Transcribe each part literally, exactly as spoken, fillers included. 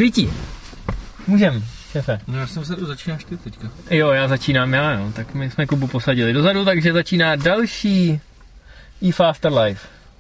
Svítí. Můžem, šéfe. No já jsem vzadu, začínáš ty teďka. Jo, já začínám já, jo. Tak my jsme Kubu posadili dozadu, takže začíná další eFaster Live.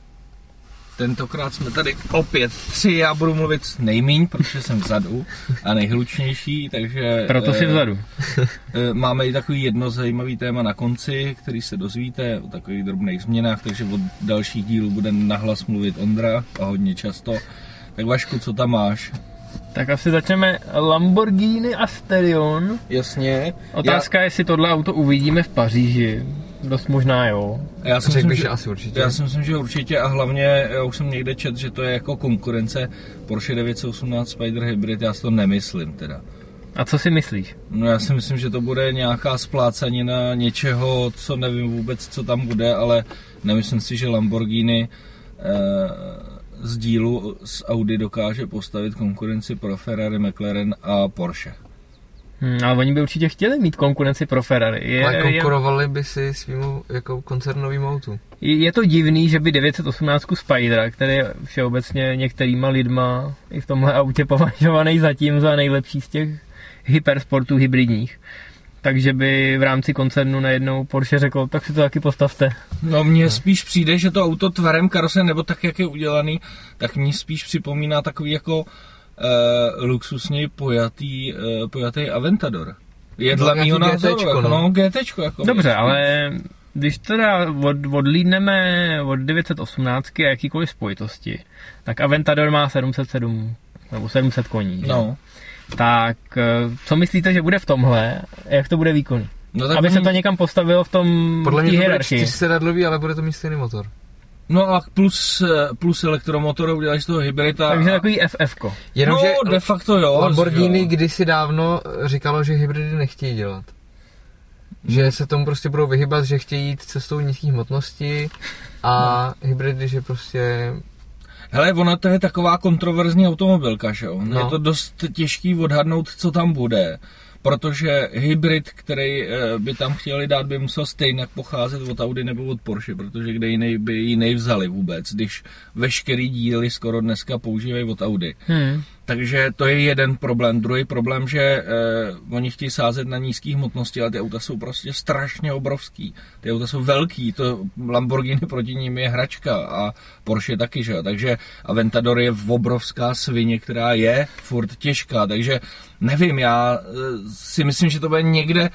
Tentokrát jsme tady opět tři, já budu mluvit nejmíň, protože jsem vzadu a nejhlučnější, takže... Proto jsi vzadu. E, máme i takový jedno zajímavý téma na konci, který se dozvíte o takových drobných změnách, takže od dalších dílů bude nahlas mluvit Ondra a hodně často. Tak Vašku, co tam máš? Tak asi začneme Lamborghini Asterion. Jasně. Otázka je, jestli tohle auto uvidíme v Paříži. Dost možná jo. Já si Řekl myslím, bych, že, že asi určitě. Já si myslím, že určitě a hlavně, já už jsem někde četl, že to je jako konkurence Porsche devět set osmnáct Spider Hybrid, já si to nemyslím teda. A co si myslíš? No já si myslím, že to bude nějaká splácanina něčeho, co nevím vůbec, co tam bude, ale nemyslím si, že Lamborghini eh, z dílu z Audi dokáže postavit konkurenci pro Ferrari, McLaren a Porsche. Hmm, ale oni by určitě chtěli mít konkurenci pro Ferrari. Je, ale konkurovali je, by si svýmu jako koncernovým autu. Je to divný, že by devět set osmnáct Spydera, který je všeobecně některýma lidma i v tomhle autě považovaný zatím za nejlepší z těch hypersportů hybridních, takže by v rámci koncernu najednou Porsche řekl, tak si to taky postavte. No mně spíš přijde, že to auto tvarem karose, nebo tak, jak je udělaný, tak mně spíš připomíná takový jako Uh, luxusně pojatý, uh, pojatý Aventador. Je dle mýho názoru, GTčko, no. no GTčko. Jako Dobře, je. Ale když teda od, odlídneme od devět set osmnáct a jakýkoliv spojitosti, tak Aventador má sedm set sedm nebo sedm set koní. No. Tak co myslíte, že bude v tomhle? Jak to bude výkonný? No, tak aby on... se to někam postavilo v tom podle mě to bude hierarchii. čtyřsedadlový, ale bude to mít stejný motor. No a plus, plus elektromotor uděláš z toho hybrida. Takže takový F F ko. Jenom, no, de facto jo. Lamborghini jo. Kdysi dávno říkalo, že hybridy nechtějí dělat. Že se tomu prostě budou vyhybat, že chtějí jít cestou nízkých hmotností a no. hybridy, že prostě... Hele, ona to je taková kontroverzní automobilka, že jo? No. Je to dost těžký odhadnout, co tam bude. Protože hybrid, který by tam chtěli dát, by musel stejně pocházet od Audi nebo od Porsche, protože kde jiný by jiný vzali vůbec, když veškerý díly skoro dneska používají od Audi. Hmm. Takže to je jeden problém. Druhý problém, že eh, oni chtějí sázet na nízké hmotnosti, ale ty auta jsou prostě strašně obrovský. Ty auta jsou velký, to Lamborghini proti ním je hračka a Porsche taky, že jo. Takže Aventador je obrovská svině, která je furt těžká, takže nevím, já eh, si myslím, že to bude někde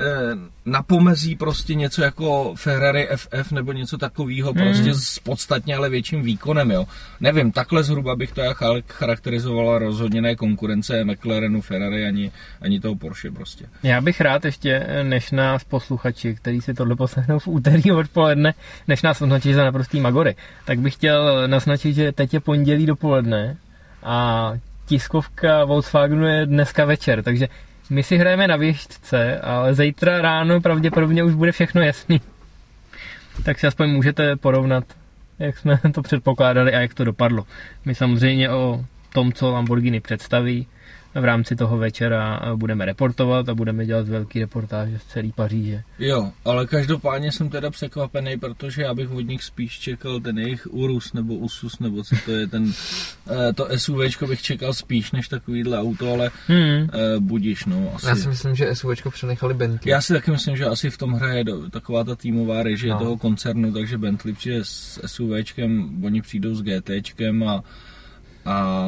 na pomezí prostě něco jako Ferrari F F nebo něco takového, mm. prostě s podstatně ale větším výkonem, jo. Nevím, takhle zhruba bych to charakterizovala, rozhodně ne konkurence McLarenu, Ferrari ani, ani toho Porsche prostě. Já bych rád ještě, než nás posluchači, který si tohle poslechnou v úterý odpoledne, než nás označí za naprostý magory, tak bych chtěl naznačit, že teď je pondělí dopoledne a tiskovka Volkswagenu je dneska večer, takže my si hrajeme na věštce, ale zítra ráno pravděpodobně už bude všechno jasný. Tak si aspoň můžete porovnat, jak jsme to předpokládali a jak to dopadlo. My samozřejmě o tom, co Lamborghini představí, v rámci toho večera budeme reportovat a budeme dělat velký reportáže z celý Paříže. Jo, ale každopádně jsem teda překvapený, protože já bych od nich spíš čekal ten jejich Urus nebo Usus, nebo co to je, ten, to SUVčko bych čekal spíš než takovýhle auto, ale hmm. budíš, no. Asi. Já si myslím, že SUVčko přenechali Bentley. Já si taky myslím, že asi v tom hraje do, taková ta týmová režie no. toho koncernu, takže Bentley přijde s SUVčkem, oni přijdou s GTčkem a, a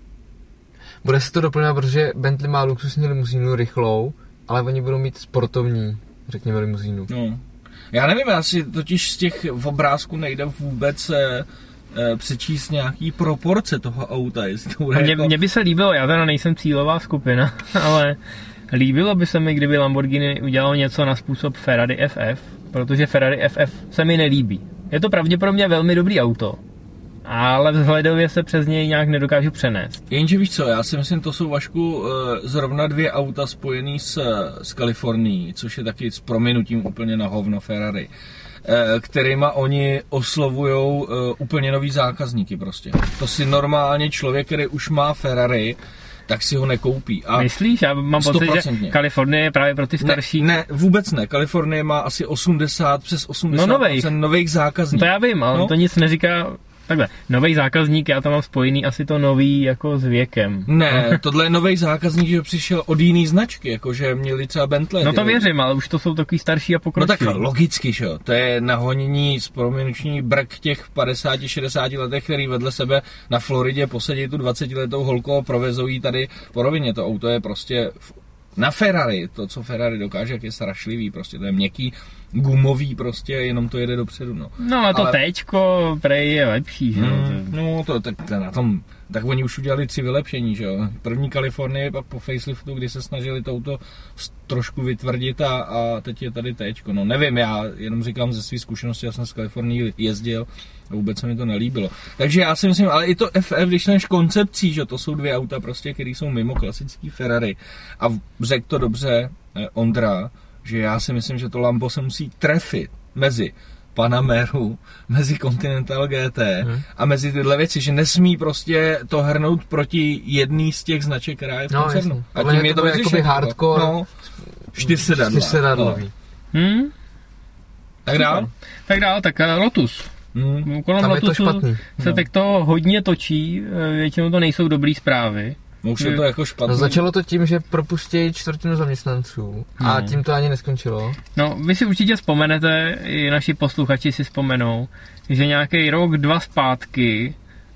bude se to doplňovat, protože Bentley má luxusní limuzínu rychlou, ale oni budou mít sportovní, řekněme, limuzínu. No. Já nevím, já si totiž z těch obrázků nejde vůbec e, e, přečíst nějaký proporce toho auta. To mně, jako... mně by se líbilo, já teda nejsem cílová skupina, ale líbilo by se mi, kdyby Lamborghini udělalo něco na způsob Ferrari F F, protože Ferrari F F se mi nelíbí. Je to pravděpodobně velmi dobrý auto, ale vzhledově se přes něj nějak nedokážu přenést. Jenže víš co, já si myslím, to jsou, Vašku, zrovna dvě auta spojený s, s Kalifornií, což je taky s prominutím úplně na hovno Ferrari, kterýma oni oslovujou úplně nový zákazníky prostě. To si normálně člověk, který už má Ferrari, tak si ho nekoupí. A myslíš? Já mám pocit, že Kalifornie je právě pro ty starší. Ne, ne, vůbec ne. Kalifornie má asi osmdesát, přes osmdesát procent no nových. nových zákazníků. To já vím, ale no? to nic neříká takhle, nový zákazník, já to mám spojený asi to nový jako s věkem. Ne, tohle je nový zákazník, že přišel od jiný značky, jakože měli třeba Bentley. No to věřím, ale už to jsou takový starší a pokročilí. No tak logicky, že jo, to je nahonění z proměnuční brk těch padesáti šedesáti letech, který vedle sebe na Floridě posadí tu dvacetiletou holku a provezují tady po rovině. To auto je prostě na Ferrari, to, co Ferrari dokáže, jak je strašlivý, prostě to je měkký, gumový, prostě jenom to jede dopředu, no. No a to ale... téčko prej je lepší, že jo. Mm, no to, tak to na tom, tak oni už udělali tři vylepšení, že jo. První Kalifornie, pak po faceliftu, kdy se snažili touto trošku vytvrdit a, a teď je tady téčko, no nevím, já jenom říkám ze své zkušenosti, já jsem z Kalifornii jezdil a vůbec se mi to nelíbilo. Takže já si myslím, ale i to F F, když než koncepcí, že to jsou dvě auta prostě, které jsou mimo klasický Ferrari a řekl to dobře eh, Ondra, že já si myslím, že to Lambo se musí trefit mezi Panameru, mezi Continental G T hmm. a mezi tyhle věci, že nesmí prostě to hrnout proti jedný z těch značek, která je v koncernu. No, a tím je to, to jakoby hardcore, no, čtyřsedadlový. No. Hmm? Tak dál? Tak dál, tak Lotus. Hmm. Kolem tam Lotusu je to špatný. se no. tak to hodně točí, většinou to nejsou dobrý zprávy. No už je to jako špatný. No, začalo to tím, že propustí čtvrtinu zaměstnanců a hmm. tím to ani neskončilo. No, vy si určitě vzpomenete, i naši posluchači si vzpomenou, že nějaký rok, dva zpátky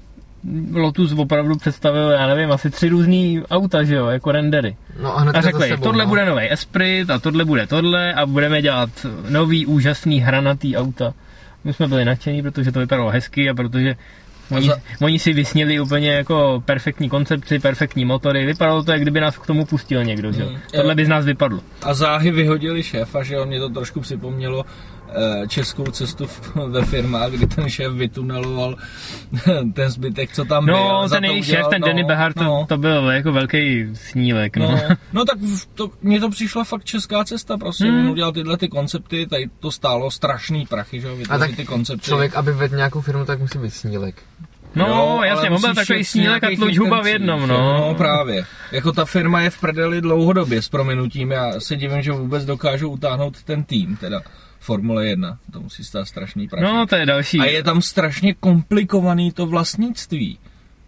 Lotus opravdu představil, já nevím, asi tři různý auta, že jo, jako rendery. No a, a řekli, sebou, tohle no. bude nový Esprit a tohle bude tohle a budeme dělat nový, úžasný, hranatý auta. My jsme byli nadšení, protože to vypadalo hezky a protože Oni, za... oni si vysněli úplně jako perfektní koncepci, perfektní motory. Vypadalo to, jak kdyby nás k tomu pustil někdo, že? Mm, Tohle by z nás vypadlo. A záhy vyhodili šéfa, že on mě to trošku připomnělo českou cestu ve firmách, kdy ten šéf vytuneloval ten zbytek, co tam no, byl. No, ten její šéf, ten no, Danny Behar, no. to, to byl jako velký snílek. No, no, no tak to, mně to přišla fakt česká cesta, prostě. Hmm. On udělal tyhle ty koncepty, tady to stálo strašný prachy, že jo, vytvořit ty koncepty. Člověk, aby vedl nějakou firmu, tak musí být snílek. No, jo, jasně, on byl takový snílek a tluč huba v jednom, no. No, právě. Jako ta firma je v prdeli dlouhodobě s prominutím, já se divím, že vůbec dokážou utáhnout ten tým, teda Formule jedna, to musí stát strašný prachy. No, to je další. A je tam strašně komplikovaný to vlastnictví.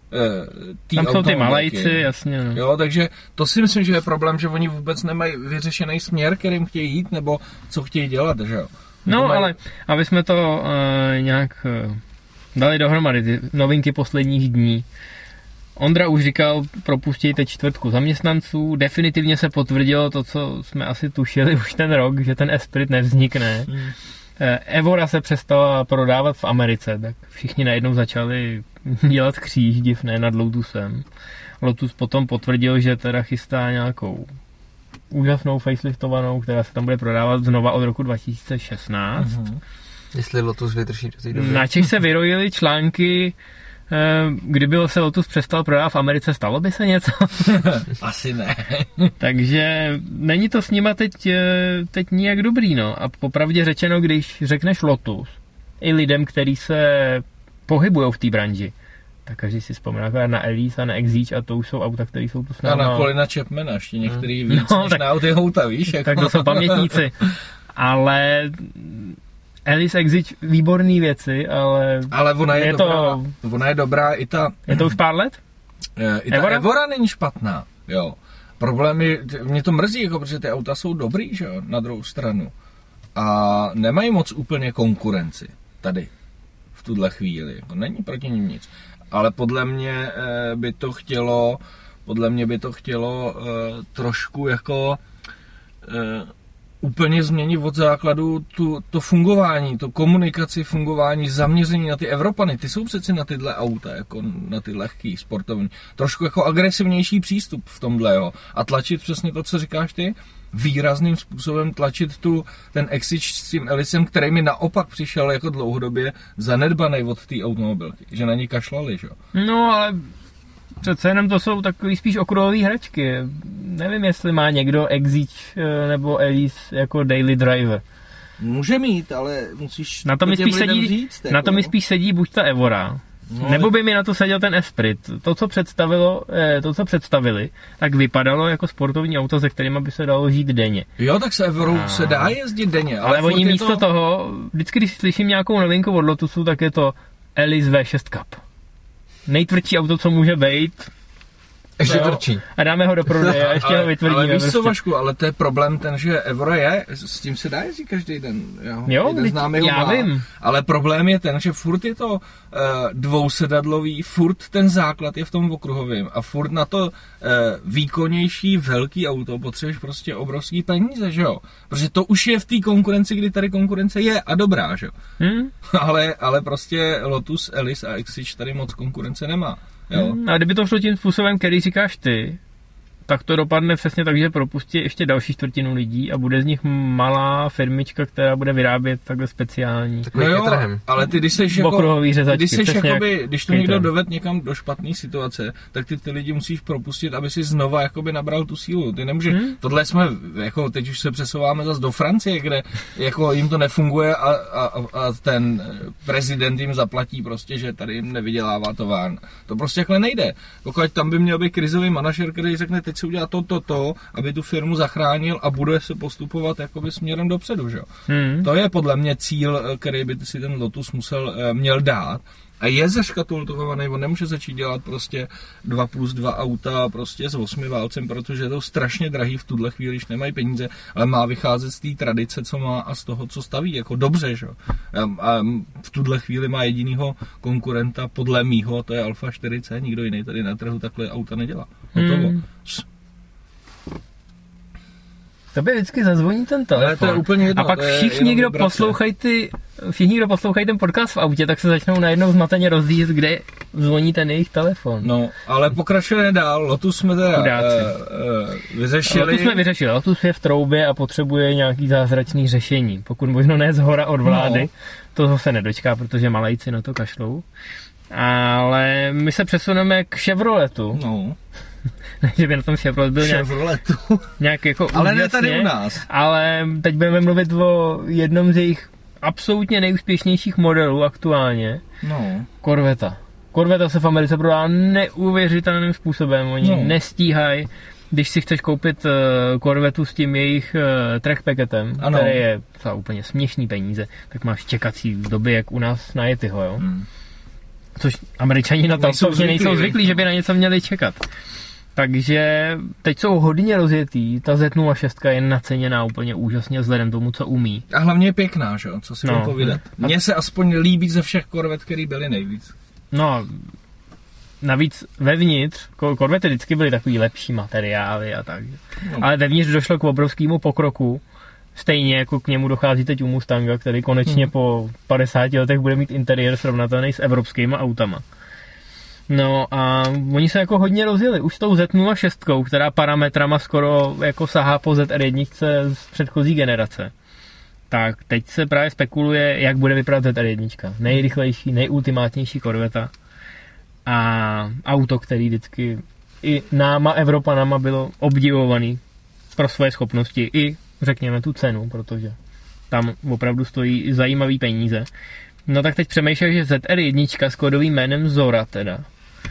E, tam jsou ty Malajci, jasně. No. Jo, takže to si myslím, že je problém, že oni vůbec nemají vyřešený směr, kterým chtějí jít, nebo co chtějí dělat, že jo. No, mají... ale aby jsme to uh, nějak uh, dali dohromady, ty novinky posledních dní. Ondra už říkal, propustějte čtvrtku zaměstnanců, definitivně se potvrdilo to, co jsme asi tušili už ten rok, že ten Esprit nevznikne. Hmm. Evora se přestala prodávat v Americe, tak všichni najednou začali dělat kříž divné nad Lotusem. Lotus potom potvrdil, že teda chystá nějakou úžasnou faceliftovanou, která se tam bude prodávat znova od roku dva tisíce šestnáct. Hmm. Jestli Lotus vydrží do té doby. Na Čech se vyrojily články, kdyby se Lotus přestal prodávat v Americe, stalo by se něco? Asi ne. Takže není to s nima teď, teď nijak dobrý, no. A popravdě řečeno, když řekneš Lotus i lidem, kteří se pohybují v té branži, tak každý si vzpomíná na Elise a na Exige a to už jsou auta, které jsou tu s náma. A na Colina Chapmana, ještě některý víc no, než tak, na auty auta, víš? Jako. Tak to jsou pamětníci. Ale Elise Exige výborný věci, ale... Ale ona je, je dobrá, to... ona je dobrá i ta... Je to už pár let? I ta Evora, Evora není špatná, jo. Problém je, mě to mrzí, jako, protože ty auta jsou dobrý, že jo, na druhou stranu. A nemají moc úplně konkurenci tady, v tuhle chvíli, jako není proti nim nic. Ale podle mě by to chtělo, podle mě by to chtělo uh, trošku jako... Uh, úplně změnit od základu tu, to fungování, to komunikaci, fungování, zaměření na ty Evropany. Ty jsou přeci na tyhle auta, jako na ty lehký, sportovní. Trošku jako agresivnější přístup v tomhle, jo. A tlačit přesně to, co říkáš ty, výrazným způsobem tlačit tu, ten Exige s tím Elisem, který mi naopak přišel jako dlouhodobě zanedbaný od té automobilky, že na ní kašlali, jo. No, ale přece jenom to jsou takový spíš okruhové hračky. Nevím, jestli má někdo Exige nebo Elise jako daily driver. Může mít, ale musíš na to mi spíš sedí, říct. Na to mi spíš sedí buď ta Evora, no, nebo by mi na to seděl ten Esprit. To, co představilo, to, co představili, tak vypadalo jako sportovní auto, se kterým by se dalo žít denně. Jo, tak se Evorou a... se dá jezdit denně. Ale, ale oni místo to... toho, vždycky, když slyším nějakou novinku od Lotusu, tak je to Ellis V šest Cup. Nejtvrdší auto, co může být. Ještě tvrdší. A dáme ho do prodeje a ještě ale, ho vytvrdíme. Ale víš prostě. co, Vašku, ale to je problém ten, že euro je, s tím se dá jezdit každý den. Jo, jo jeden známý ho já má, vím. Ale problém je ten, že furt je to uh, dvousedadlový, furt ten základ je v tom okruhovém a furt na to uh, výkonnější velký auto potřebuješ prostě obrovský peníze, že jo? Protože to už je v té konkurenci, kdy tady konkurence je a dobrá, že jo? Hmm? ale, ale prostě Lotus, Ellis a X tři tady moc konkurence nemá. Jo. Hmm, a kdyby to šlo tím způsobem, který říkáš ty, tak to dopadne přesně tak, že propustí ještě další čtvrtinu lidí a bude z nich malá firmička, která bude vyrábět takhle speciální. No jo, ale ty, když seš jako, řezačky, když, seš jakoby, když to někdo trhem. doved někam do špatné situace, tak ty ty lidi musíš propustit, aby si znova jakoby nabral tu sílu. Ty nemůže, hmm? Tohle jsme, jako teď už se přesouváme zase do Francie, kde jako jim to nefunguje a, a, a ten prezident jim zaplatí prostě, že tady jim nevydělává továrna. To prostě takhle nejde. Pokud tam by měl být krizový manažer, který řekne, teď se udělá to, to, to, aby tu firmu zachránil a bude se postupovat jakoby směrem dopředu, že jo. Hmm. To je podle mě cíl, který by si ten Lotus musel, měl dát. A je zaškatulkovaný, on nemůže začít dělat prostě dva plus dva auta prostě s osmi válcem, protože je to strašně drahý v tuhle chvíli, když nemají peníze, ale má vycházet z té tradice, co má a z toho, co staví, jako dobře, že? A v tuhle chvíli má jedinýho konkurenta, podle mýho, to je Alfa čtyři C, nikdo jiný tady na trhu takhle auta nedělá. Hotovo. Hmm. Tobě vždycky zazvoní ten telefon. Ale to je úplně jedno, a pak všichni, kdo poslouchají ty, všichni, kdo poslouchají ten podcast v autě, tak se začnou najednou zmateně rozdílet, kde zvoní ten jejich telefon. No, ale pokračujeme dál. Lotus jsme teda uh, uh, vyřešili. Lotus jsme vyřešili. Lotus je v troubě a potřebuje nějaký zázračný řešení. Pokud možno ne zhora od vlády, no. To se nedočká, protože malejci na to kašlou. Ale my se přesuneme k Chevroletu. No. Ne, že by na tom Chevrolet byl nějak, nějak jako ale ne tady u nás. Ale teď budeme mluvit o jednom z jejich absolutně nejúspěšnějších modelů aktuálně. No. Corvetta. Corvetta se v Americe prodá neuvěřitelným způsobem. Oni no. nestíhají. Když si chceš koupit uh, Corvettu s tím jejich uh, trackpacketem, ano. který je za úplně směšný peníze, tak máš čekací doby, jak u nás na Yetiho, jo? Hmm. Což Američani na to nejsou zvyklí, nejsou zvyklí, že by na něco měli čekat. Takže teď jsou hodně rozjetý, ta Z nula šest je naceněná úplně úžasně vzhledem tomu, co umí. A hlavně je pěkná, že? Co si no. mám povídat. Mně se aspoň líbí ze všech Corvette, který byly nejvíc. No, navíc vevnitř, Corvette vždycky byly takový lepší materiály a tak. No. Ale vevnitř došlo k obrovskému pokroku. Stejně jako k němu dochází teď u Mustanga, který konečně hmm. po padesáti letech bude mít interiér srovnatelný s evropskými autama. No a oni se jako hodně rozjeli. Už s tou Z nula šest, která parametrama skoro jako sahá po Z R jedna z předchozí generace. Tak teď se právě spekuluje, jak bude vypadat Z R jedna. Nejrychlejší, nejultimátnější Corvetta. A auto, který vždycky i náma, Evropanama, bylo obdivovaný pro svoje schopnosti i řekněme tu cenu, protože tam opravdu stojí zajímavý peníze. No tak teď přemýšlím, že Z R jedna s kódovým jménem Zora teda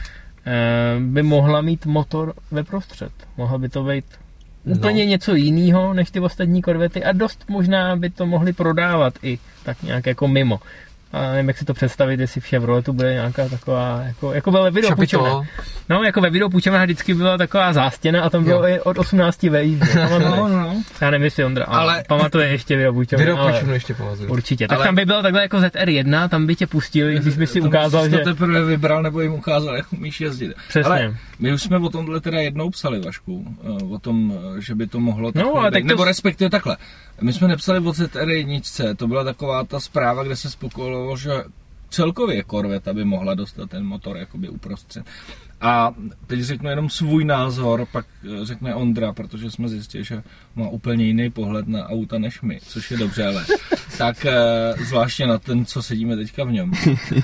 by mohla mít motor ve prostřed. Mohla by to být úplně no. něco jiného než ty ostatní Corvety a dost možná by to mohli prodávat i tak nějak jako mimo. A nevím, jak si to představit, jestli v Chevroletu bude nějaká taková, jako, jako ve videopůjčovna. No, jako ve videopůjčovnách vždycky byla taková zástěna a tam bylo i od osmnácti vejí. No, no. Já nevím, jestli Ondra, ale pamatuje ještě videopůjčovnu. Videopůjčovnu ještě pamatuju. Určitě. Tak ale tam by bylo takhle jako Z R jedna, tam by tě pustili, když by si ukázal, že... to teprve vybral, nebo jim ukázal, jak umíš jezdit. Přesně. Ale my už jsme o tomhle teda jednou psali, Vašku, o tom, že by to mohlo takhle no, být. To... Nebo respektive takhle. My jsme nepsali o Z R jedna, to byla taková ta zpráva, kde se spokojilo, že celkově Corvette by mohla dostat ten motor jakoby uprostřed. A teď řeknu jenom svůj názor, pak řekne Ondra, protože jsme zjistili, že má úplně jiný pohled na auta než my, což je dobře, ale tak zvláště na ten, co sedíme teďka v něm.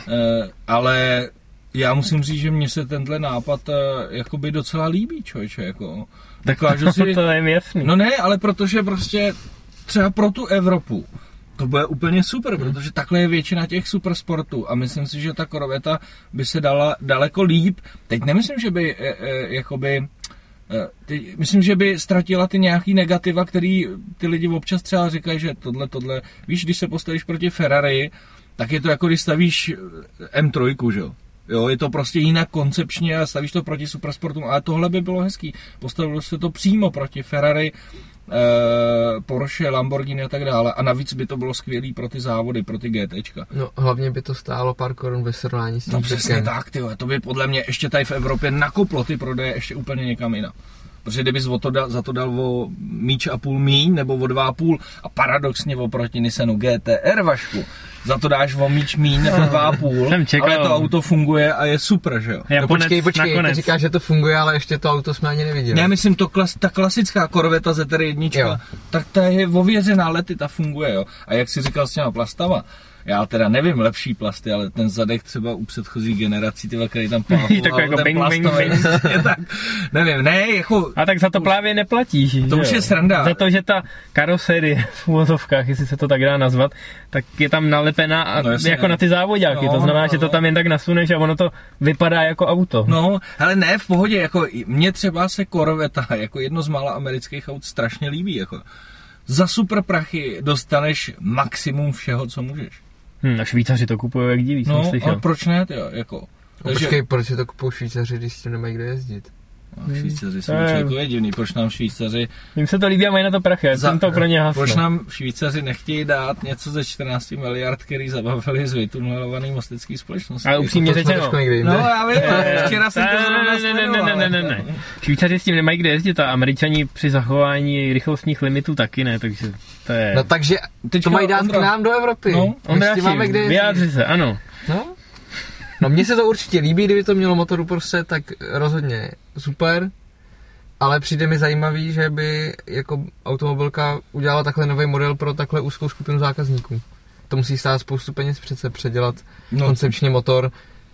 Ale já musím říct, že mně se tenhle nápad jakoby docela líbí, člověče, jako. Dokážu si... to je jasný. No ne, ale protože prostě třeba pro tu Evropu to bude úplně super, protože takhle je většina těch supersportů a myslím si, že ta Corvetta by se dala daleko líp. Teď nemyslím, že by e, e, jakoby e, ty, myslím, že by ztratila ty nějaký negativa, který ty lidi občas třeba říkají, že tohle, tohle, víš, když se postavíš proti Ferrari, tak je to jako když stavíš em tři, že jo. Jo, je to prostě jinak koncepčně a stavíš to proti supersportům, ale tohle by bylo hezký. Postavilo se to přímo proti Ferrari, eh, Porsche, Lamborghini a tak dále a navíc by to bylo skvělý pro ty závody, pro ty GTčka. No hlavně by to stálo pár korun ve srovnání s tím. No přesně tak, tyhle, to by podle mě ještě tady v Evropě nakoplo ty prodeje ještě úplně někam jinam. Protože kdybys o to dal, za to dal o míč a půl míň, nebo o dva a půl a paradoxně oproti Nissanu G T R, Vašku, za to dáš o míč míň nebo dva a půl, ale to auto funguje a je super, že jo? No počkej, počkej, ty říkáš, že to funguje, ale ještě to auto jsme ani neviděli. Já myslím, to klas, ta klasická Corvette Z R jedna, tak ta je ověřená lety, ta funguje, jo? A jak jsi říkal s těma plastama, já teda nevím lepší plasty, ale ten zadek třeba u předchozí generací, tyhle, který tam plávoval, jako ten bing, plastový, bing, bing. tak, nevím, ne, jako... A tak za to právě neplatíš, to už je sranda. Za to, že ta karoserie v úvozovkách, jestli se to tak dá nazvat, tak je tam nalepená a, no, jako ne. na ty závodáky, no, to znamená, no, že to tam jen tak nasuneš a ono to vypadá jako auto. No, ale ne, v pohodě, jako mně třeba se Corvette, jako jedno z mála amerických aut strašně líbí, jako. Za super prachy dostaneš maximum všeho, co můžeš. Hmm, a Švýcaři to kupují jak diví, no, jsem slyšel. No, proč ne, tyjo, jako. Takže... Počkej, proč si to kupují Švýcaři, když s tím nemají kde jezdit? No, Švýcaři jsou člověkové divný, proč nám Švýcaři... Jim se to líbí a mají na to prachy, já jsem to pro ně hasno. Proč nám Švýcaři nechtějí dát něco ze čtrnáct miliard, který zabavili z vytunelovaný mostecký společnosti. Ale upřímně řečeno. No já vím, včera jsem to zrovna sledoval. Ne, ne, ne, ne, ne. Švýcaři s tím nemají kde jezdit a Američani při zachování rychlostních limitů taky ne, takže to je... No takže to mají dát k nám do Evropy. No, Ondra, vyjádři se, ano. No? No mně se to určitě líbí, kdyby to mělo motor uprostřed, tak rozhodně super, ale přijde mi zajímavý, že by jako automobilka udělala takhle nový model pro takhle úzkou skupinu zákazníků. To musí stát spoustu peněz přece předělat no. koncepčně motor.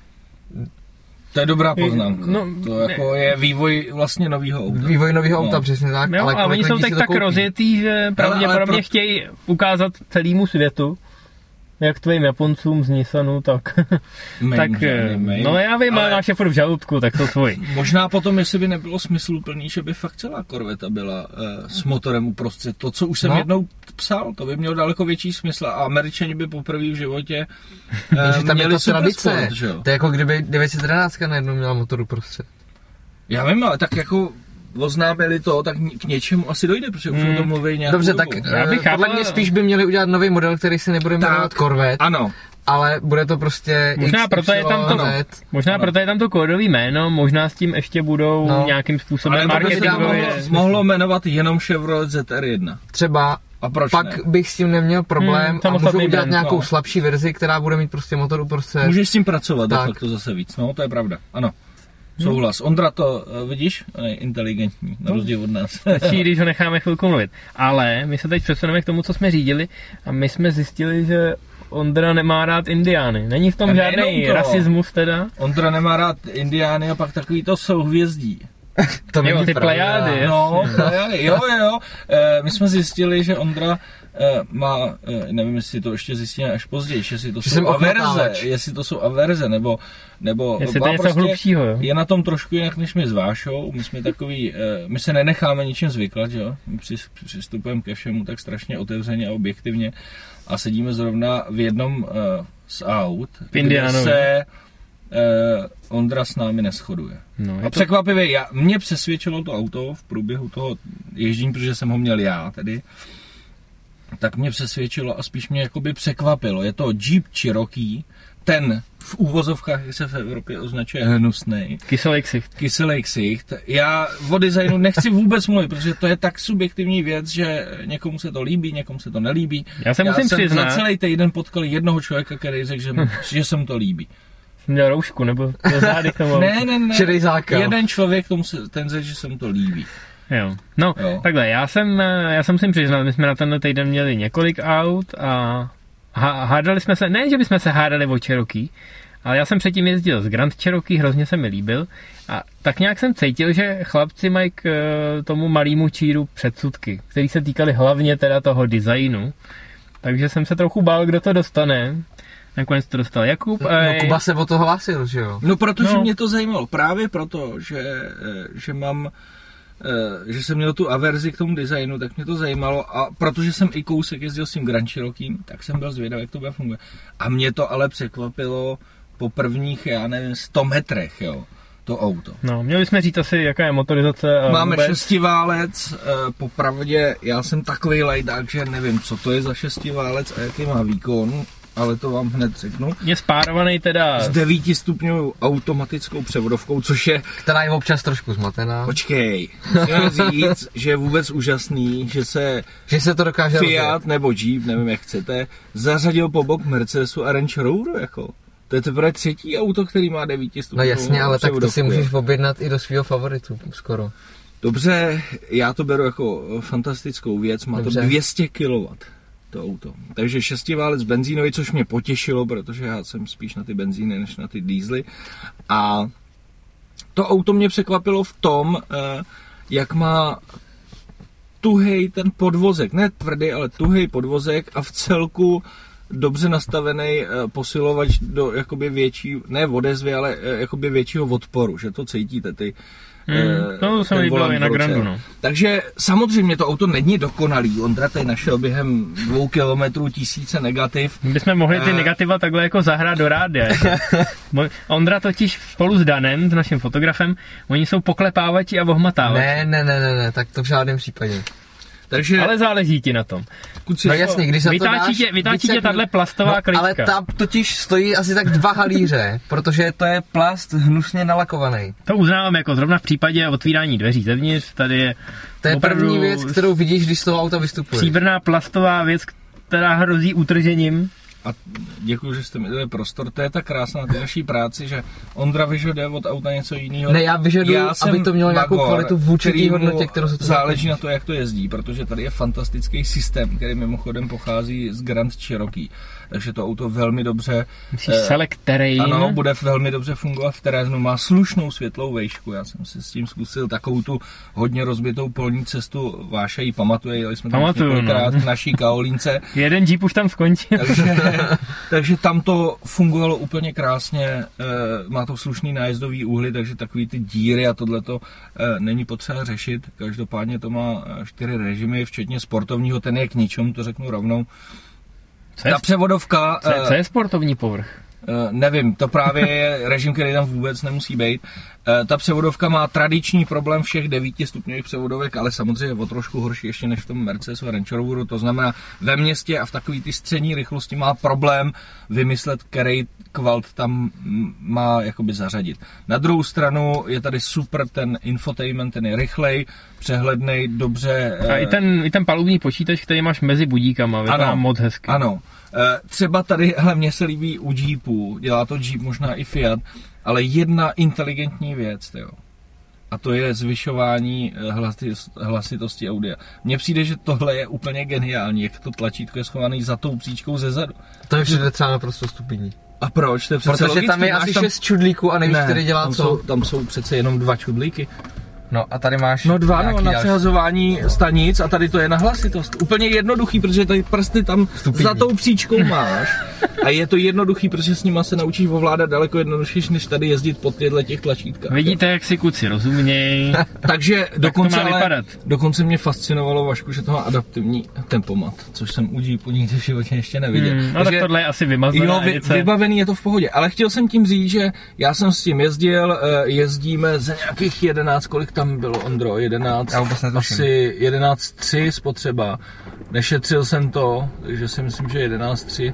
To je dobrá poznámka. No, to jako je vývoj vlastně novýho auta. Vývoj novýho no. auta, přesně tak. No, ale a oni jsou tak, tak rozjetý, že pravděpodobně pro... chtějí ukázat celému světu, jak tvým Japoncům z Nissanu, tak, tak no já vím, ale máš je furt v žaludku, tak to tvoj. Možná potom, jestli by nebylo smysluplný, že by fakt celá Corvette byla uh, s motorem uprostřed. To, co už jsem no. jednou psal, to by mělo daleko větší smysl a Američani by poprvé v životě uh, že tam měli je to tradice. Sport, to je jako kdyby devět set jedenáct najednou měla motor uprostřed. Já vím, ale tak jako oznámili to, tak k něčemu asi dojde, protože už hmm. o tom mluví nějakou Dobře, dobu. tak já bych podle mě spíš by měli udělat nový model, který se nebude jmenovat Corvette. Ano. Ale bude to prostě možná X, proto je tam to, možná ano. proto je tam to kódový jméno, možná s tím ještě budou no. nějakým způsobem marketingově. Ale to mohlo jmenovat jenom Chevrolet Z R jedna. Třeba. A proč pak ne? Bych s tím neměl problém hmm, a můžu udělat brand, nějakou no. slabší verzi, která bude mít prostě motor uprostřed. Můžeš s tím pracovat, tak. De facto zase víc, no to je pravda, ano. Souhlas. Ondra to, vidíš, je inteligentní, na rozdíl od nás. Stačí, když ho necháme chvilku mluvit. Ale my se teď přesuneme k tomu, co jsme řídili a my jsme zjistili, že Ondra nemá rád indiány. Není v tom žádný rasismus teda? Ondra nemá rád indiány a pak takový to souhvězdí. To jo, ty plejády. No, plejády, jo, jo. E, my jsme zjistili, že Ondra e, má, e, nevím, jestli to ještě zjistíme až později, jestli to jsou averze, jestli to jsou averze, nebo, nebo jestli to je něco prostě hlubšího, jo? Je na tom trošku jinak, než my s Vášou. My jsme takový, e, my se nenecháme ničím zvyklat, jo. My přistupujeme ke všemu tak strašně otevřeně a objektivně a sedíme zrovna v jednom e, z aut, kde se Uh, Ondra s námi neschoduje. No, a překvapivě, já, mě přesvědčilo to auto v průběhu toho ježdění, protože jsem ho měl já tedy, tak mě přesvědčilo a spíš mě jakoby překvapilo. Je to Jeep Cherokee, ten v úvozovkách, jak se v Evropě označuje, hnusnej. Kyselý ksicht. Kyselý ksicht. Já o designu nechci vůbec mluvit, protože to je tak subjektivní věc, že někomu se to líbí, někomu se to nelíbí. Já se musím já jsem přiznat. za celý týden potkal jednoho člověka, který řekl, že, že se mu to líbí. Měl roušku, nebo zády k tomu. Ne, ne, ne. Šedej zákal. Jeden člověk tomu se, ten řekl, že se mu to líbí. Jo. No, jo. Takhle, já jsem, já jsem musím přiznat, my jsme na tenhle týden měli několik aut a hádali jsme se, ne, že bychom se hádali o Cherokee, ale já jsem předtím jezdil z Grand Cherokee, hrozně se mi líbil a tak nějak jsem cítil, že chlapci mají k tomu malému číru předsudky, který se týkaly hlavně teda toho designu, takže jsem se trochu bál, kdo to dostane. Nakonec to dostal Jakub. No, no Kuba se o to hlásil, že jo? No protože no. mě to zajímalo. Právě proto, že, že mám že jsem měl tu averzi k tomu designu, tak mě to zajímalo a protože jsem i kousek jezdil s tím Grand Cherokee, tak jsem byl zvědavý, jak to bude fungovat. A mě to ale překvapilo po prvních, já nevím, sto metrech, jo, to auto. No, měli jsme říct asi, jaká je motorizace. A Máme vůbec. šestiválec, popravdě já jsem takový lajdák, že nevím, co to je za šestiválec a jaký má výkon, ale to vám hned řeknu. Je spárovaný teda... S devítistupňovou automatickou převodovkou, což je... Která je občas trošku zmatená. Počkej, musím říct, že je vůbec úžasný, že se... Že se to dokáže Fiat rozdělat. nebo Jeep, nevím jak chcete, zařadil po bok Mercedesu a Range Roveru, jako. To je teprve třetí auto, který má devítistupňovou No jasně, ale tak to si převodovku. můžeš objednat i do svého favoritu, skoro. Dobře, já to beru jako fantastickou věc, má Dobře. to dvě stě kilowattů. To auto. Takže šestiválec benzínový, což mě potěšilo, protože já jsem spíš na ty benzíny, než na ty diesely. A to auto mě překvapilo v tom, jak má tuhej ten podvozek, ne tvrdý, ale tuhej podvozek a v celku dobře nastavený posilovač do jakoby větší, ne odezvy, ale jakoby většího odporu, že to cítíte ty. Hmm, to se mi líbilo i na Grandu, no. Takže samozřejmě to auto není dokonalý. Ondra tady našel během dvou kilometrů tisíce negativ. My bychom mohli ty negativa takhle jako zahrát do rádia. Jako. Ondra totiž spolu s Danem, s naším fotografem, oni jsou poklepávači a vohmatávači. Ne, ne, ne, ne, ne, tak to v žádném případě. Takže, ale záleží ti na tom. Kuci, no jasně, když za to vytáčí dáš... tě, vytáčí tě tahle plastová no, klička. Ale ta totiž stojí asi tak dva halíře, protože to je plast hnusně nalakovaný. To uznávám jako zrovna v případě otvírání dveří zevnitř, tady je to je první věc, kterou vidíš, když z toho auta vystupuješ. Stříbrná plastová věc, která hrozí utržením. A děkuji, že jste mi dali prostor. To je tak krásná na té naší práci, že Ondra vyžaduje od auta něco jiného. Ne, já vyžaduji, já aby to mělo nějakou kvalitu vůči té hodnotě, kterou se to záleží na to, jak to jezdí, protože tady je fantastický systém, který mimochodem pochází z Grand Cherokee. Takže to auto velmi dobře... Musíš eh, select terrain. Ano, bude velmi dobře fungovat v terénu, má slušnou světlou vejšku. Já jsem si s tím zkusil takovou tu hodně rozbitou polní cestu, Váša ji pamatuje, jeli jsme tam několikrát no. v naší Kaolínce. Jeden Jeep už tam skončil. Takže, takže tam to fungovalo úplně krásně, e, má to slušný nájezdový úhly, takže takový ty díry a tohleto e, není potřeba řešit. Každopádně to má čtyři režimy, včetně sportovního, ten je k ničemu, to řeknu rovnou. Co je, Ta převodovka... Co je, co je sportovní povrch? Uh, nevím, to právě je režim, který tam vůbec nemusí být. Uh, ta převodovka má tradiční problém všech devítistupňových převodovek, ale samozřejmě je o trošku horší ještě než v tom Mercedesu a Range Roveru. To znamená, ve městě a v takový ty střední rychlosti má problém vymyslet, který kvalt tam má jakoby zařadit. Na druhou stranu je tady super ten infotainment, ten je rychlej, přehlednej, dobře... A i ten, i ten palubní počítač, který máš mezi budíkama, vypadá moc hezky. Ano. Třeba tady, hele, mně se líbí u Jeepu, dělá to Jeep, možná i Fiat, ale jedna inteligentní věc, jo. A to je zvyšování hlasitosti audia. Mně přijde, že tohle je úplně geniální, jak to tlačítko je schovaný za tou příčkou zezadu. To je všude třeba naprosto stupidní. A proč? To je přece Protože logický. tam je asi tam... šest čudlíků a nevíš, ne, který dělá tam co. Jsou, tam jsou přece jenom dva čudlíky. No a tady máš... No dva, no, na další. přehazování stanic a tady to je na hlasitost. Úplně jednoduchý, protože tady prsty tam Stupidní. za tou příčkou máš. A je to jednoduchý, protože s nima se naučíš ovládat daleko jednodušší, než tady jezdit pod těchto těch tlačítkách. Vidíte, jak si kluci rozumějí. Takže dokonce, to má ale, vypadat. dokonce mě fascinovalo, Vašku, že to má adaptivní tempomat, což jsem u Jeepu nikdy v životě ještě neviděl. Hmm, no tak tohle je asi vymazaná jo, vy, edice. vybavený je to v pohodě, ale chtěl jsem tím říct, že já jsem s tím jezdil, jezdíme za nějakých jedenáct, kolik tam bylo, Ondro, jedenáct, asi jedenáct tři spotřeba. Nešetřil jsem to, takže si myslím, že jedenáct tři.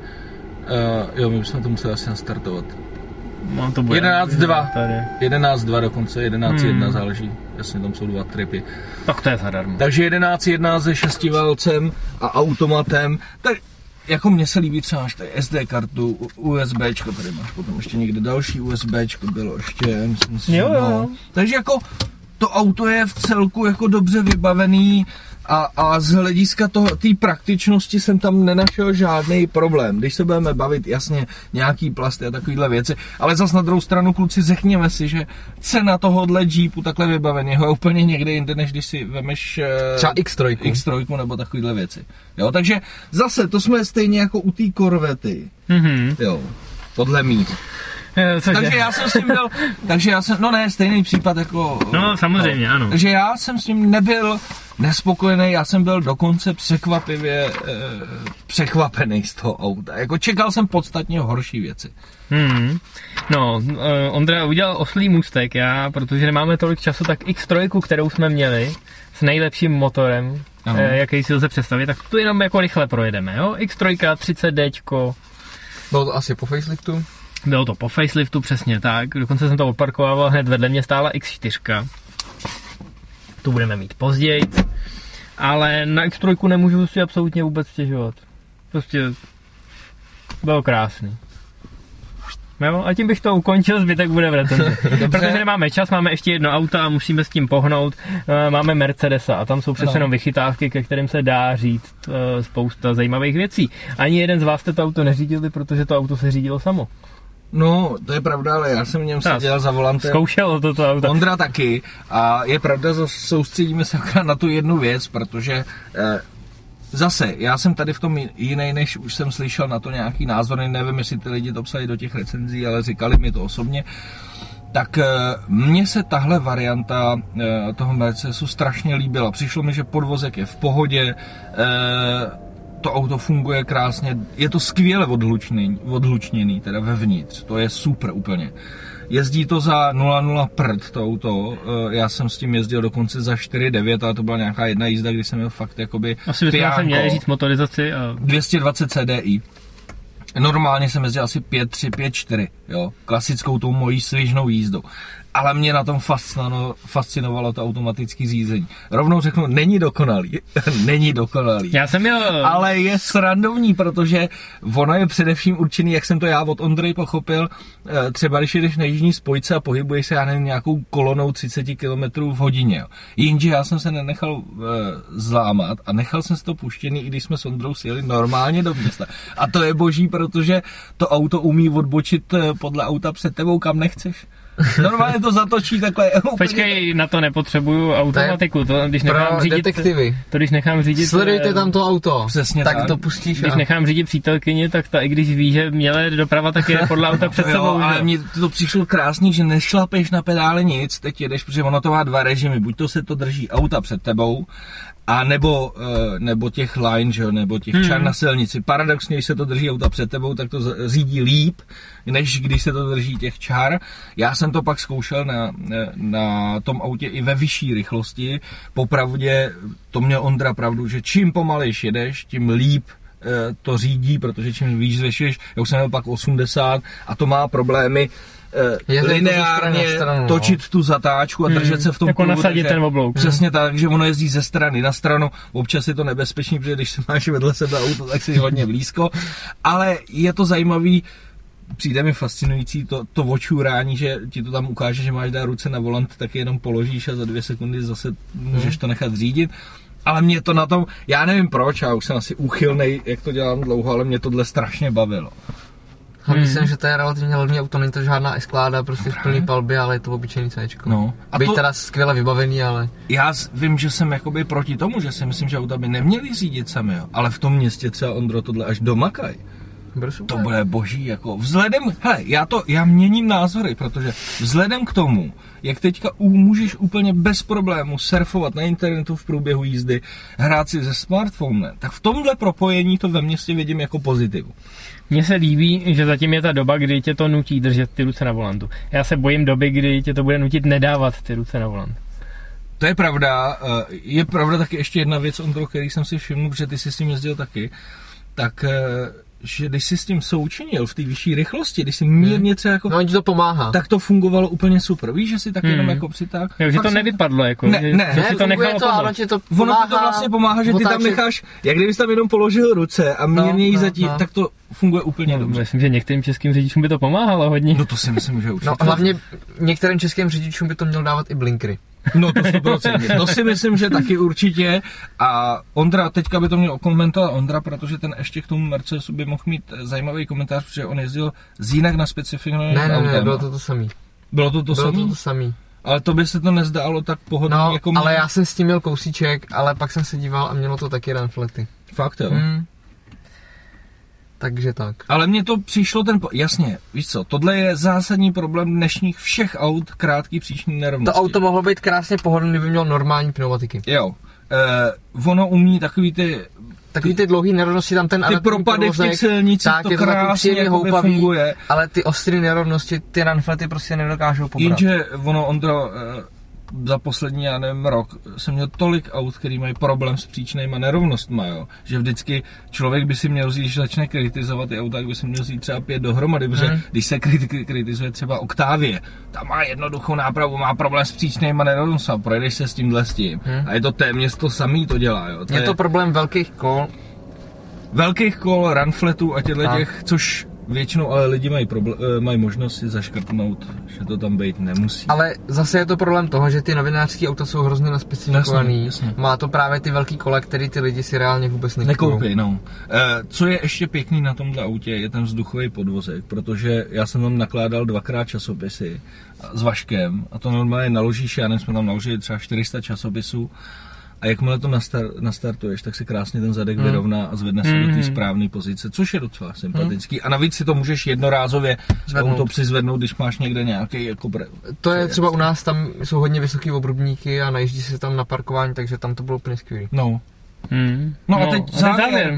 Uh, jo, my bychom to museli asi nastartovat. No, to bude jedenáct dva. Tady. jedenáct dva dokonce, jedenáct jedna hmm. záleží. Jasně, tam jsou dva tripy. Tak to je zadarmo. Takže jedenáct jedna se šestiválcem a automatem. Tak jako mně se líbí třeba, že tady S D kartu, USBčko, tady máš potom ještě někde další USBčko, bylo ještě, myslím si, jo, že no. jo. Takže jako to auto je v celku jako dobře vybavený a, a z hlediska té praktičnosti jsem tam nenašel žádný problém. Když se budeme bavit, jasně, nějaký plasty a takovýhle věci, ale zas na druhou stranu, kluci, řekněme si, že cena tohohle Jeepu takhle vybaveného je úplně někde jinde, než když si vemeš třeba X tři. X tři nebo takovýhle věci. Jo, takže zase, to jsme stejně jako u té Corvety. Mm-hmm. Jo, podle mých. takže já jsem s tím byl, takže já jsem, no ne, stejný případ jako... No samozřejmě, no, ano. Takže já jsem s tím nebyl nespokojený, já jsem byl dokonce překvapivě eh, překvapený z toho auta. Jako čekal jsem podstatně horší věci. Hmm. No, uh, Ondra udělal oslý můstek, já, protože nemáme tolik času, tak X tři, kterou jsme měli, s nejlepším motorem, eh, jaký si lze představit, tak tu jenom jako rychle projedeme, jo? X tři, třicet D. Bylo to asi po faceliftu? Bylo to po faceliftu, přesně tak, dokonce jsem to odparkoval, hned vedle mě stála X čtyři. Tu budeme mít později, ale na X tři nemůžu si absolutně vůbec stěžovat. Prostě bylo krásný. Jo, a tím bych to ukončil, zbytek bude v recenzi. Protože nemáme čas, máme ještě jedno auto a musíme s tím pohnout. Máme Mercedesa a tam jsou přece jenom vychytávky, ke kterým se dá říct spousta zajímavých věcí. Ani jeden z vás jste to auto neřídili, protože to auto se řídilo samo. No, to je pravda, ale já jsem v něm seděl za volantem. Zkoušel toto auto. Ondra taky. A je pravda, že soustředíme se na tu jednu věc, protože eh, zase, já jsem tady v tom jiný, než už jsem slyšel na to nějaký názory, nevím, jestli ty lidi to psali do těch recenzí, ale říkali mi to osobně. Tak eh, mně se tahle varianta eh, toho Mercedesu strašně líbila. Přišlo mi, že podvozek je v pohodě, eh, to auto funguje krásně, je to skvěle odhlučněný, odhlučněný teda vevnitř, to je super úplně. Jezdí to za nula nula prd to auto, já jsem s tím jezdil dokonce za čtyři devět, ale to byla nějaká jedna jízda, kdy jsem měl fakt jakoby asi bychom se měli říct motorizaci a... dvě stě dvacet C D I. Normálně jsem jezdil asi pět tři, pět čtyři, jo, klasickou tou mojí svižnou jízdou. Ale mě na tom fascinovalo, fascinovalo to automatické řízení. Rovnou řeknu, není dokonalý. Není dokonalý. Já jsem měl... Ale je srandovní, protože ono je především určený, jak jsem to já od Ondry pochopil, třeba když jdeš na jižní spojce a pohybuješ se, já nevím, nějakou kolonou třicet kilometrů v hodině. Jo. Jenže já jsem se nenechal uh, zlámat a nechal jsem si to puštěný, i když jsme s Ondrou sjeli normálně do města. A to je boží, protože to auto umí odbočit podle auta před tebou, kam nechceš. Normálně to zatočí takhle. Počkej, na to nepotřebuju automatiku, to když nechám řídit, detektivy. To když nechám řídit... Sledujte tam to auto. Přesně tak. tak. To pustíš. Když a... nechám řídit přítelkyni, tak ta, i když ví, že měla doprava, tak je podle auta před sebou. Jo, ale mně to přišlo krásný, že nešlapeš na pedále nic, teď jedeš, protože ono to má dva režimy, buď to se to drží auta před tebou, a nebo, nebo těch line, že, nebo těch hmm. čar na silnici. Paradoxně, když se to drží auta před tebou, tak to řídí líp, než když se to drží těch čar. Já jsem to pak zkoušel na, na tom autě i ve vyšší rychlosti. Popravdě to měl Ondra pravdu, že čím pomalejš jedeš, tím líp to řídí, protože čím víc zvyšuješ, já už jsem měl pak osmdesát a to má problémy Je lineárně stranu, točit no. tu zatáčku a držet hmm, se v tom jako kruhu, nasadit ten oblouk. Přesně tak, že ono jezdí ze strany na stranu, občas je to nebezpečný, protože když se máš vedle sebe auto, tak jsi hodně blízko, ale je to zajímavý, přijde mi fascinující to, to očůrání, že ti to tam ukáže, že máš dát ruce na volant, tak jenom položíš a za dvě sekundy zase můžeš to nechat řídit. Ale mě to na tom, já nevím proč, já už jsem asi úchylnej, jak to dělám dlouho, ale mě tohle strašně bavilo. A myslím, hmm. že to je relativně levný auto, není to žádná Eskláda, prostě v plný palbě, ale je to obyčejný Cčko. No. A Byť to, teda skvěle vybavený, ale... Já vím, že jsem jakoby proti tomu, že si myslím, že auta by neměli řídit sami, jo. Ale v tom městě třeba, Ondro, tohle až domakaj. To bude boží, jako vzhledem, hele, já to, já měním názory, protože vzhledem k tomu, jak teďka můžeš úplně bez problému surfovat na internetu v průběhu jízdy, hrát si ze smartphone, tak v tomhle propojení to ve městě vidím jako pozitivu. Mně se líbí, že zatím je ta doba, kdy tě to nutí držet ty ruce na volantu. Já se bojím doby, kdy tě to bude nutit nedávat ty ruce na volant. To je pravda. Je pravda taky ještě jedna věc, Ondro, který jsem si všiml, protože ty jsi s tím jezdil taky, tak že když jsi s tím součinil v té vyšší rychlosti, když jsi mírně třeba jako... No, to pomáhá. Tak to fungovalo úplně super. Víš, že si tak jenom hmm. jako přitáhl. Jo, že to nevypadlo, jako. Ne, že, ne, že ne, si to nechalo to, ale ti to pomáhá. Ono ti to vlastně pomáhá, že ty tam necháš, jak kdybys tam jenom položil ruce a mírně jí no, zatím, no. tak to funguje úplně no, dobře. Myslím, že některým českým řidičům by to pomáhalo hodně. No to si myslím, že určitě. No hlavně některým českým řidičům by to měl dávat i blinkry. No to sto procent. To si myslím, že taky určitě. A Ondra, teďka by to měl okomentovat Ondra, protože ten ještě k tomu Mercedesu by mohl mít zajímavý komentář, protože on jezdil z jinak na specifikovaným autem. Ne, ne, ne, bylo to to samý. Bylo to to bylo samý? Bylo to to samý. Ale to by se to nezdálo tak pohodlný no, jako mě. Ale já jsem s tím měl kousíček, ale pak jsem se díval a mělo to taky run flety. Fakt jo? Hmm. Takže tak. Ale mně to přišlo ten... Po... Jasně, víš co, tohle je zásadní problém dnešních všech aut krátký příčný nerovnosti. To auto mohlo být krásně pohodlné, kdyby mělo normální pneumatiky. Jo. Eh, ono umí takový ty... Takový ty dlouhý nerovnosti, tam ten ty propady v těch silnicích, to krásně jakoby funguje. Ale ty ostré nerovnosti, ty runflety prostě nedokážou pobrat. Jenže ono, Ondro, za poslední, já nevím, rok jsem měl tolik aut, který mají problém s příčnejma nerovnostma, jo. Že vždycky člověk by si měl vzít, když začne kritizovat ty auta, tak by si měl vzít třeba pět dohromady, protože hmm. když se kritizuje třeba Octavia, tam má jednoduchou nápravu, má problém s příčnejma nerovnostma, projedeš se s tímhle s tím hmm. a je to téměř to samý to dělá, jo. To je, je to problém velkých kol. Velkých kol, runfletů a těchto těch, což většinou ale lidi mají, problém, mají možnost si zaškrtnout, že to tam být nemusí. Ale zase je to problém toho, že ty novinářské auta jsou hrozně naspecifikovaný. Jasně, jasně. Má to právě ty velký kola, který ty lidi si reálně vůbec nekupují. Nekoupí, no. E, co je ještě pěkný na tomhle autě, je ten vzduchový podvozek, protože já jsem tam nakládal dvakrát časopisy s Vaškem a to normálně naložíš, já nevím, jsme tam naložili třeba čtyři sta časopisů. A jakmile to nastar, nastartuješ, tak se krásně ten zadek hmm. vyrovná a zvedne se hmm. do té správné pozice, což je docela sympatický. Hmm. A navíc si to můžeš jednorázově zvednout. To přizvednout, když máš někde nějaký jako... Bre... To je třeba u nás, tam jsou hodně vysoký obrubníky a najíždí se tam na parkování, takže tam to bylo úplně skvělý. No. Hmm. No, no a teď závěr. závěr.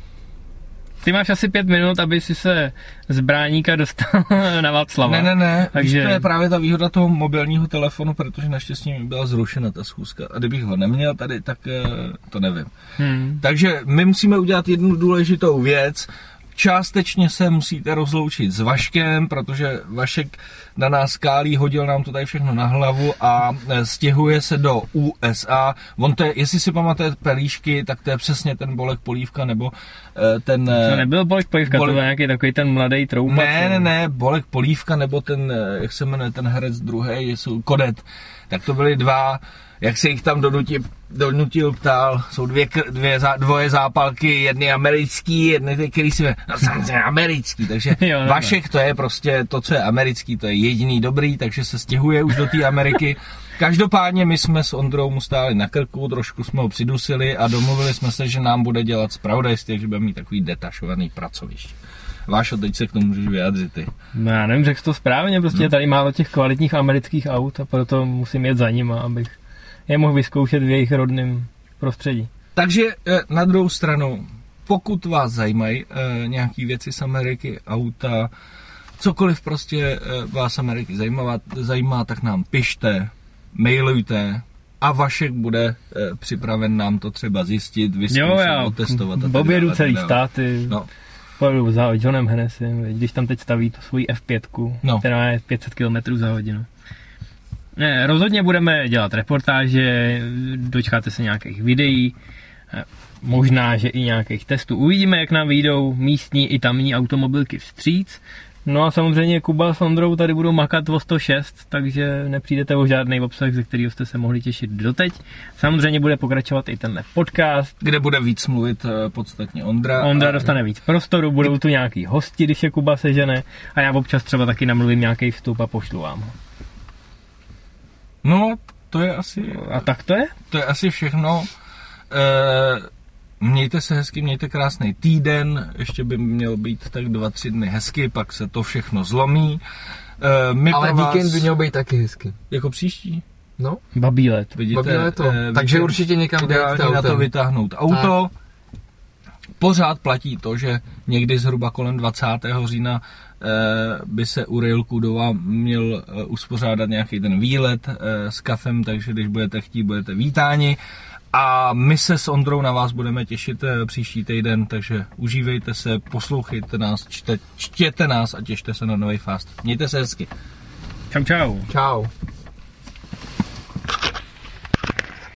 Ty máš asi pět minut, aby si se z Bráníka dostal na Václava. Ne, ne, ne, takže... to je právě ta výhoda toho mobilního telefonu, protože naštěstí mi byla zrušena ta schůzka. A kdybych ho neměl tady, tak to nevím. Hmm. Takže my musíme udělat jednu důležitou věc. Částečně se musíte rozloučit s Vaškem, protože Vašek na nás kálí, hodil nám to tady všechno na hlavu a stěhuje se do U S A. On to je, jestli si pamatujete pelíšky, tak to je přesně ten Bolek Polívka, nebo ten... To nebyl Bolek Polívka, Bolek... to byl nějaký takový ten mladý troubač. Ne, ne, ne, Bolek Polívka, nebo ten, jak se jmenuje, ten herec druhý, jsou Kodet. Tak to byly dva... Jak se jich tam donutil, donutil ptal, jsou dvě, dvě, dvoje zápalky, jedny americký, jedny ty, který si... No samozřejmě americký, takže jo, Vašek to je prostě to, co je americký, to je jediný dobrý, takže se stěhuje už do té Ameriky. Každopádně my jsme s Ondrou mu stáli na krku, trošku jsme ho přidusili a domluvili jsme se, že nám bude dělat zpravodajství, takže budeme mít takový detašovaný pracoviště. Vášo, teď se k tomu můžeš vyjádřit ty. No já nevím, řekl to správně, prostě no. Tady málo těch kvalitních amerických aut a proto musím jet za nima, abych je mohl vyzkoušet v jejich rodném prostředí. Takže na druhou stranu, pokud vás zajímají eh, nějaké věci z Ameriky, auta, cokoliv prostě eh, vás Ameriky zajímá, zajímá, tak nám pište, mailujte a Vašek bude eh, připraven nám to třeba zjistit, vyzkoušet, otestovat. V obědu celý státy. No. Pojedu za Johnem Hennesym, když tam teď staví to svoji F pět, no. Která je pět set kilometrů za hodinu. Ne, rozhodně budeme dělat reportáže, dočkáte se nějakých videí, možná, že i nějakých testů. Uvidíme, jak nám vyjdou místní i tamní automobilky vstříc. No a samozřejmě Kuba s Ondrou tady budou makat o sto šest, takže nepřijdete o žádný obsah, ze kterého jste se mohli těšit doteď. Samozřejmě bude pokračovat i tenhle podcast, kde bude víc mluvit podstatně Ondra. Ondra a... dostane víc prostoru, budou tu nějaký hosti, když je Kuba sežene a já občas třeba taky namluvím nějaký vstup a pošlu vám ho. No, to je asi... A tak to je? To je asi všechno. E, mějte se hezky, mějte krásný týden, ještě by měl být tak dva, tři dny hezky, pak se to všechno zlomí. E, my Ale vás... víkend by měl být taky hezky. Jako příští? No. Babí let. Vidíte, Babí leto. E, Takže určitě někam ideálně na to vytáhnout auto. Tak. Pořád platí to, že někdy zhruba kolem dvacátého října by se u Rail Kudova měl uspořádat nějaký ten výlet s kafem, takže když budete chtít, budete vítáni. A my se s Ondrou na vás budeme těšit příští týden, takže užívejte se, poslouchejte nás, čte, čtěte nás a těšte se na nový Fast. Mějte se hezky. Čau, čau. Čau.